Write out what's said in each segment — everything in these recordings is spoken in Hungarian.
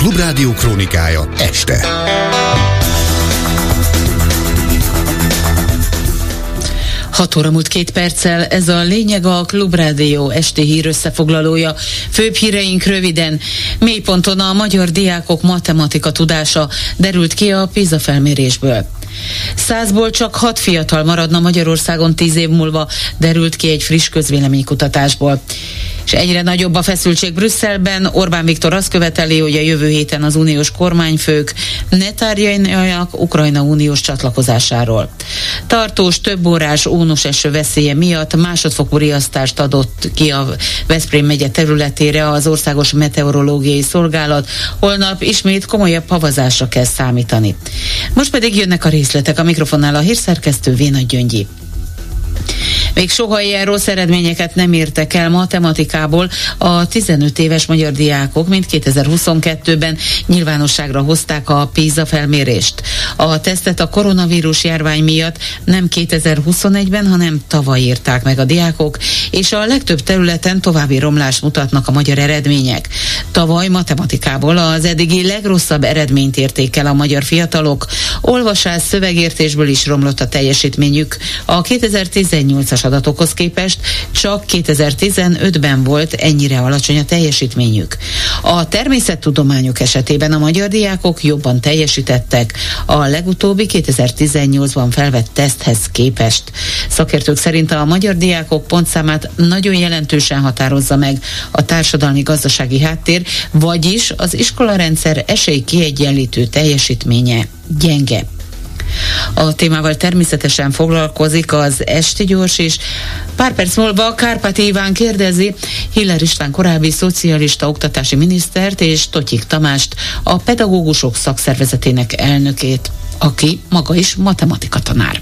Klubrádió krónikája este. Hat óra múlt 2 perccel, ez a lényeg, a Klubrádió esti hír összefoglalója. Főbb híreink röviden. Mélyponton a magyar diákok matematika tudása derült ki a PISA felmérésből. 100-ból csak 6 fiatal maradna Magyarországon 10 év múlva, derült ki egy friss közvéleménykutatásból. És egyre nagyobb a feszültség Brüsszelben. Orbán Viktor azt követeli, hogy a jövő héten az uniós kormányfők ne tárgyaljanak Ukrajna uniós csatlakozásáról. Tartós, több órás ónos eső veszélye miatt másodfokú riasztást adott ki a Veszprém megye területére az Országos Meteorológiai Szolgálat. Holnap ismét komolyabb havazásra kell számítani. Most pedig jönnek a részletek, a mikrofonnál a hírszerkesztő Vénagy Gyöngyi. Még soha ilyen rossz eredményeket nem értek el matematikából a 15 éves magyar diákok, mint 2022-ben nyilvánosságra hozták a PISA felmérést. A tesztet a koronavírus járvány miatt nem 2021-ben, hanem tavaly írták meg a diákok, és a legtöbb területen további romlást mutatnak a magyar eredmények. Tavaly matematikából az eddigi legrosszabb eredményt érték el a magyar fiatalok, olvasás, szövegértésből is romlott a teljesítményük. A 2018-as adatokhoz képest csak 2015-ben volt ennyire alacsony a teljesítményük. A természettudományok esetében a magyar diákok jobban teljesítettek a legutóbbi 2018-ban felvett teszthez képest. Szakértők szerint a magyar diákok pontszámát nagyon jelentősen határozza meg a társadalmi-gazdasági háttér, vagyis az iskolarendszer esélykiegyenlítő teljesítménye gyenge. A témával természetesen foglalkozik az Esti Gyors is. Pár perc múlva Kárpáti Iván kérdezi Hiller István korábbi szocialista oktatási minisztert és Totyik Tamást, a pedagógusok szakszervezetének elnökét, aki maga is matematika tanár.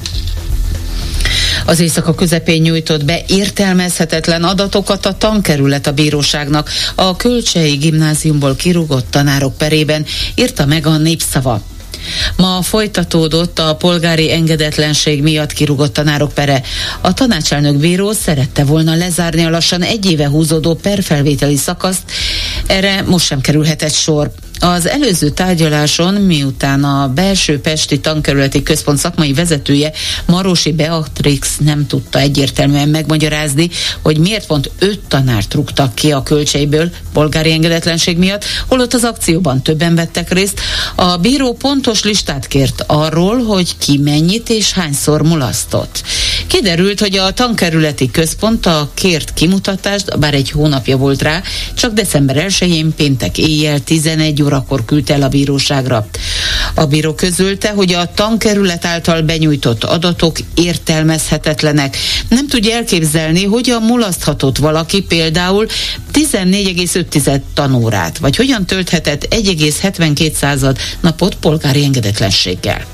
Az éjszaka közepén nyújtott be értelmezhetetlen adatokat a tankerület a bíróságnak. A Kölcsei Gimnáziumból kirúgott tanárok perében, írta meg a Népszava. Ma folytatódott a polgári engedetlenség miatt kirúgott tanárok pere. A tanácselnök bíró szerette volna lezárni a lassan 1 éve húzódó perfelvételi szakaszt, erre most sem kerülhetett sor. Az előző tárgyaláson, miután a Belső Pesti Tankerületi Központ szakmai vezetője, Marosi Beatrix nem tudta egyértelműen megmagyarázni, hogy miért pont 5 tanárt rúgtak ki a Kölcseiből polgári engedetlenség miatt, holott az akcióban többen vettek részt, a bíró pontos listát kért arról, hogy ki mennyit és hányszor mulasztott. Kiderült, hogy a Tankerületi Központ a kért kimutatást, bár egy hónapja volt rá, csak december 1-én péntek éjjel 11 órakor küldte el a bíróságra. A bíró közölte, hogy a tankerület által benyújtott adatok értelmezhetetlenek. Nem tudja elképzelni, hogyan mulaszthatott valaki például 14,5 tanórát, vagy hogyan tölthetett 1,72 napot polgári engedetlenséggel.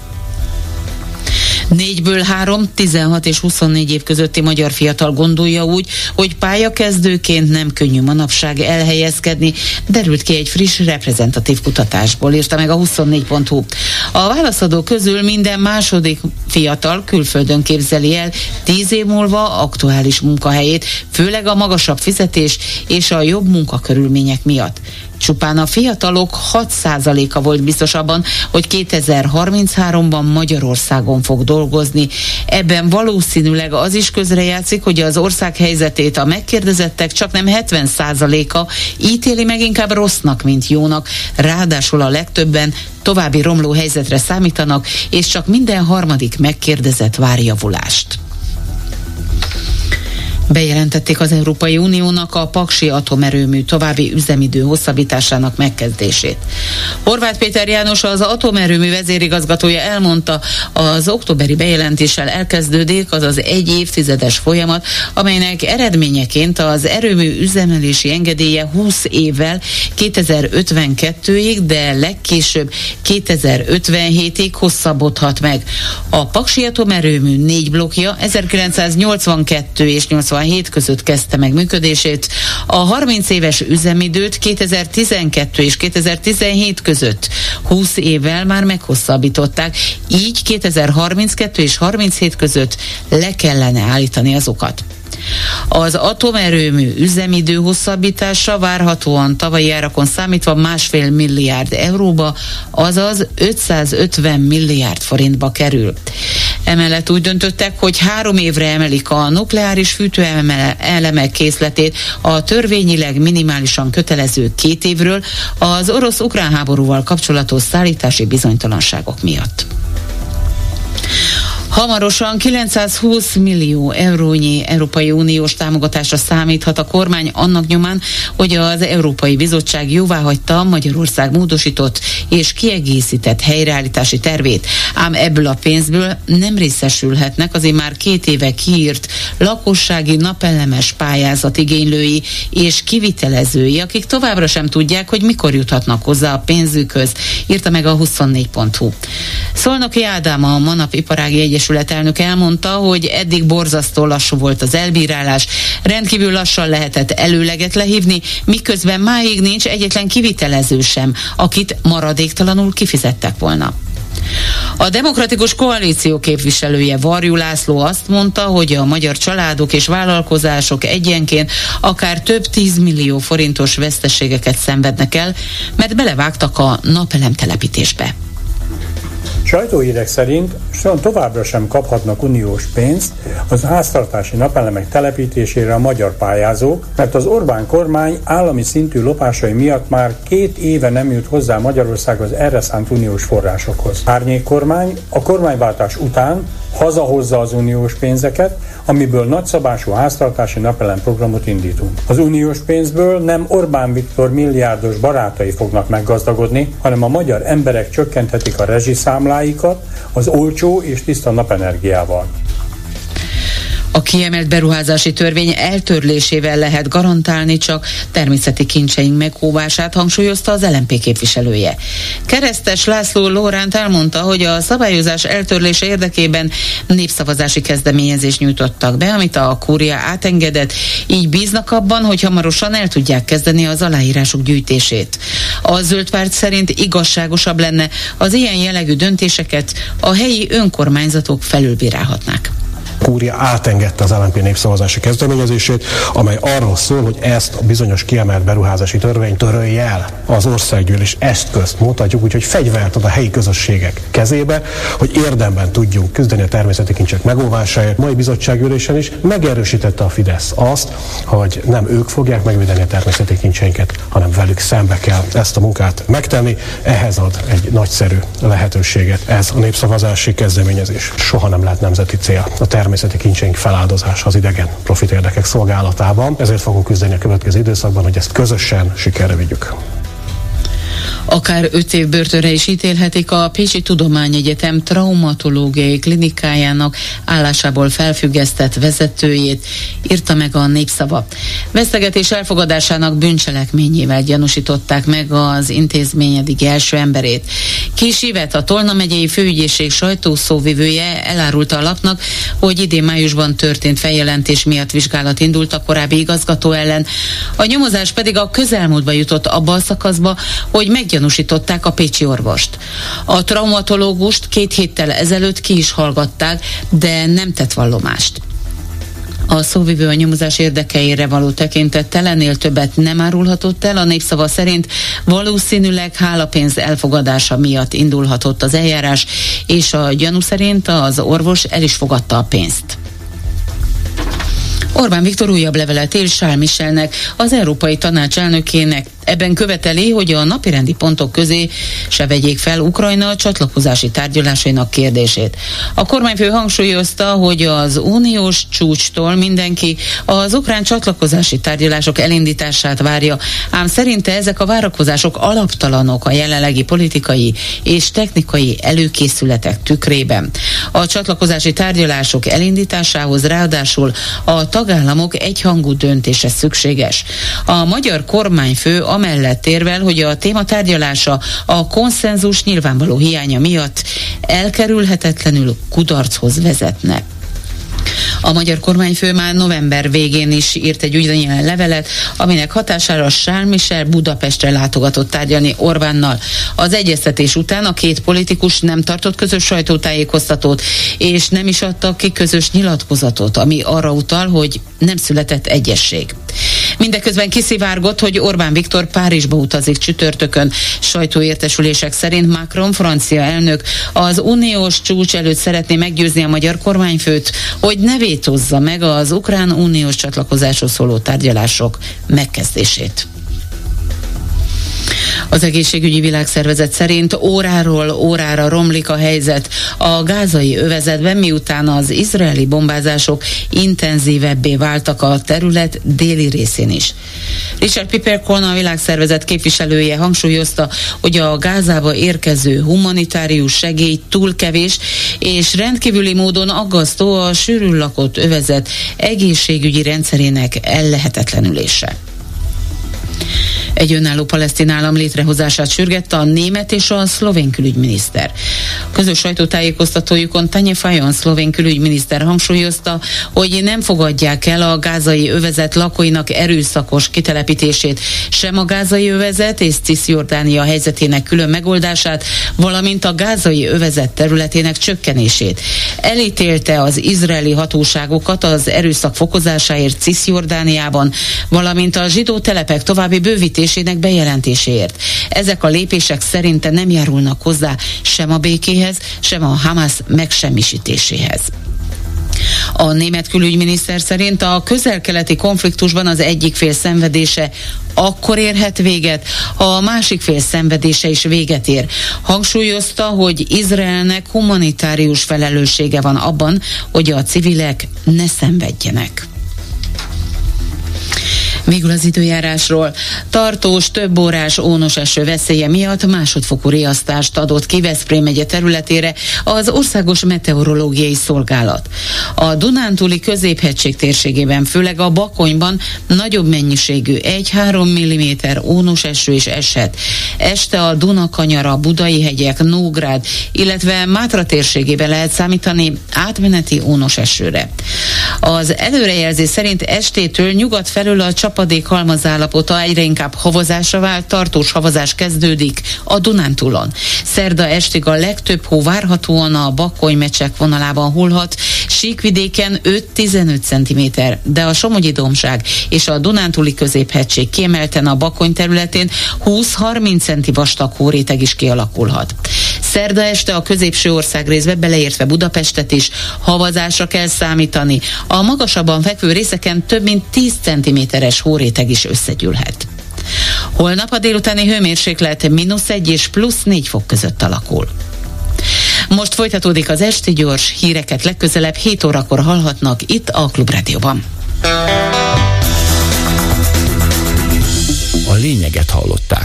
4-ből 3, 16 és 24 év közötti magyar fiatal gondolja úgy, hogy pályakezdőként nem könnyű manapság elhelyezkedni, derült ki egy friss reprezentatív kutatásból, írta meg a 24.hu. A válaszadók közül minden második fiatal külföldön képzeli el 10 év múlva aktuális munkahelyét, főleg a magasabb fizetés és a jobb munkakörülmények miatt. Csupán a fiatalok 6%-a volt biztos abban, hogy 2033-ban Magyarországon fog dolgozni. Ebben valószínűleg az is közrejátszik, hogy az ország helyzetét a megkérdezettek csaknem 70%-a ítéli meg inkább rossznak, mint jónak. Ráadásul a legtöbben további romló helyzetre számítanak, és csak minden harmadik megkérdezett vár javulást. Bejelentették az Európai Uniónak a paksi atomerőmű további üzemidő hosszabbításának megkezdését. Horváth Péter János, az atomerőmű vezérigazgatója elmondta, az októberi bejelentéssel elkezdődik az 1 évtizedes folyamat, amelynek eredményeként az erőmű üzemelési engedélye 20 évvel 2052-ig, de legkésőbb 2057-ig hosszabbodhat meg. A paksi atomerőmű 4 blokkja 1982 és 87 között kezdte meg működését, a 30 éves üzemidőt 2012 és 2017 között 20 évvel már meghosszabbították, így 2032 és 37 között le kellene állítani azokat. Az atomerőmű üzemidő hosszabbítása várhatóan tavalyi árakon számítva 1,5 milliárd euróba, azaz 550 milliárd forintba kerül. Emellett úgy döntöttek, hogy 3 évre emelik a nukleáris fűtőelemek készletét a törvényileg minimálisan kötelező 2 évről az orosz-ukrán háborúval kapcsolatos szállítási bizonytalanságok miatt. Hamarosan 920 millió eurónyi Európai Uniós támogatásra számíthat a kormány annak nyomán, hogy az Európai Bizottság jóváhagyta Magyarország módosított és kiegészített helyreállítási tervét. Ám ebből a pénzből nem részesülhetnek az már 2 éve kiírt lakossági napelemes pályázat igénylői és kivitelezői, akik továbbra sem tudják, hogy mikor juthatnak hozzá a pénzükhöz, írta meg a 24.hu. Szolnoki Ádám, a Manap Iparági Egyesület elnök elmondta, hogy eddig borzasztó lassú volt az elbírálás, rendkívül lassan lehetett előleget lehívni, miközben máig nincs egyetlen kivitelező sem, akit maradéktalanul kifizettek volna. A Demokratikus Koalíció képviselője, Varjú László azt mondta, hogy a magyar családok és vállalkozások egyenként akár több 10 millió forintos veszteségeket szenvednek el, mert belevágtak a napelemtelepítésbe. Sajtóhírek szerint továbbra sem kaphatnak uniós pénzt az háztartási napelemek telepítésére a magyar pályázók, mert az Orbán kormány állami szintű lopásai miatt már 2 éve nem jut hozzá Magyarország az erre szánt uniós forrásokhoz. Árnyék kormány a kormányváltás után hazahozza az uniós pénzeket, amiből nagyszabású háztartási napelem programot indítunk. Az uniós pénzből nem Orbán Viktor milliárdos barátai fognak meggazdagodni, hanem a magyar emberek csökkenthetik a rezsiszámláikat az olcsó és tiszta napenergiával. A kiemelt beruházási törvény eltörlésével lehet garantálni csak természeti kincseink megóvását, hangsúlyozta az LMP képviselője. Keresztes László Lóránt elmondta, hogy a szabályozás eltörlése érdekében népszavazási kezdeményezést nyújtottak be, amit a kúria átengedett, így bíznak abban, hogy hamarosan el tudják kezdeni az aláírások gyűjtését. A Zöld Párt szerint igazságosabb lenne az ilyen jellegű döntéseket a helyi önkormányzatok felülbírálhatnák. Kúria átengedte az LMP népszavazási kezdeményezését, amely arról szól, hogy ezt a bizonyos kiemelt beruházási törvényt törölje el. Az országgyűlés ezt közt mondhatjuk, úgyhogy fegyvert ad a helyi közösségek kezébe, hogy érdemben tudjunk küzdeni a természeti kincsek megóvásáért. Mai bizottságülésen is megerősítette a Fidesz azt, hogy nem ők fogják megvédeni a természeti kincseinket, hanem velük szembe kell ezt a munkát megtenni. Ehhez ad egy nagyszerű lehetőséget ez a népszavazási kezdeményezés. Soha nem lehet nemzeti cél a természeti kincseink feláldozása az idegen profit érdekek szolgálatában. Ezért fogunk küzdeni a következő időszakban, hogy ezt közösen sikerre vigyük. Akár 5 év börtönre is ítélhetik a Pécsi Tudományegyetem traumatológiai klinikájának állásából felfüggesztett vezetőjét, írta meg a Népszava. Vesztegetés elfogadásának bűncselekményével gyanúsították meg az intézmény eddigi első emberét. Kis Ivet, a Tolna megyei főügyészség sajtószóvivője elárulta a lapnak, hogy idén májusban történt feljelentés miatt vizsgálat indult a korábbi igazgató ellen. A nyomozás pedig a közelmúltba jutott abba a szakaszba, hogy meggyanúsították a pécsi orvost. A traumatológust 2 héttel ezelőtt ki is hallgatták, de nem tett vallomást. A szóvivő a nyomozás érdekeire való tekintettel ennél többet nem árulhatott el, a Népszava szerint valószínűleg hálapénz elfogadása miatt indulhatott az eljárás, és a gyanú szerint az orvos el is fogadta a pénzt. Orbán Viktor újabb levelet írt Charles Michelnek, az Európai Tanács elnökének. Ebben követeli, hogy a napirendi pontok közé se vegyék fel Ukrajna csatlakozási tárgyalásainak kérdését. A kormányfő hangsúlyozta, hogy az uniós csúcstól mindenki az ukrán csatlakozási tárgyalások elindítását várja, ám szerinte ezek a várakozások alaptalanok a jelenlegi politikai és technikai előkészületek tükrében. A csatlakozási tárgyalások elindításához ráadásul a tagállamok egyhangú döntése szükséges. A magyar kormányfő amellett érvel, hogy a téma tárgyalása a konszenzus nyilvánvaló hiánya miatt elkerülhetetlenül kudarchoz vezetne. A magyar kormányfő már november végén is írt egy ugyanilyen levelet, aminek hatására Charles Michel Budapestre látogatott tárgyalni Orbánnal. Az egyeztetés után a két politikus nem tartott közös sajtótájékoztatót, és nem is adtak ki közös nyilatkozatot, ami arra utal, hogy nem született egyesség. Mindeközben kiszivárgott, hogy Orbán Viktor Párizsba utazik csütörtökön. Sajtóértesülések szerint Macron francia elnök az uniós csúcs előtt szeretné meggyőzni a magyar kormányfőt, hogy ne vétózza meg az ukrán uniós csatlakozásról szóló tárgyalások megkezdését. Az Egészségügyi Világszervezet szerint óráról órára romlik a helyzet a gázai övezetben, miután az izraeli bombázások intenzívebbé váltak a terület déli részén is. Richard Piperkorn, a Világszervezet képviselője hangsúlyozta, hogy a Gázába érkező humanitárius segély túl kevés, és rendkívüli módon aggasztó a sűrűn lakott övezet egészségügyi rendszerének ellehetetlenülése. Egy önálló palesztin állam létrehozását sürgette a német és a szlovén külügyminiszter. Közös sajtótájékoztatójukon Tanja Fajon szlovén külügyminiszter hangsúlyozta, hogy nem fogadják el a gázai övezet lakóinak erőszakos kitelepítését, sem a gázai övezet és Cisjordánia helyzetének külön megoldását, valamint a gázai övezet területének csökkenését. Elítélte az izraeli hatóságokat az erőszak fokozásáért Cisjordániában, valamint a zsidó telepek további bővítésének bejelentéséért. Ezek a lépések szerinte nem járulnak hozzá sem a békéhez, sem a Hamas megsemmisítéséhez. A német külügyminiszter szerint a közel-keleti konfliktusban az egyik fél szenvedése akkor érhet véget, ha a másik fél szenvedése is véget ér. Hangsúlyozta, hogy Izraelnek humanitárius felelőssége van abban, hogy a civilek ne szenvedjenek. Végül az időjárásról. Tartós, több órás ónos eső veszélye miatt másodfokú riasztást adott ki Veszprém megye területére az Országos Meteorológiai Szolgálat. A Dunántúli Középhegység térségében, főleg a Bakonyban nagyobb mennyiségű 1-3 mm ónos eső is eshet. Este a Dunakanyara, Budai hegyek, Nógrád, illetve Mátra térségében lehet számítani átmeneti ónos esőre. Az előrejelzés szerint estétől nyugat felől a csapadék halmazállapota egyre inkább havazásra vált, tartós havazás kezdődik a Dunántúlon. Szerda estig a legtöbb hó várhatóan a Bakony-Mecsek vonalában hullhat, síkvidéken 5-15 cm, de a Somogyi-dombság és a Dunántúli Középhegység kiemelten a Bakony területén 20-30 cm vastag hóréteg is kialakulhat. Szerda este a középső országrészbe, beleértve Budapestet is, havazásra kell számítani. A magasabban fekvő részeken több mint 10 cm-es hóréteg is összegyűlhet. Holnap a délutáni hőmérséklet -1 és +4 fok között alakul. Most folytatódik az esti gyors híreket, legközelebb 7 órakor hallhatnak itt a Klubrádióban. A lényeget hallották.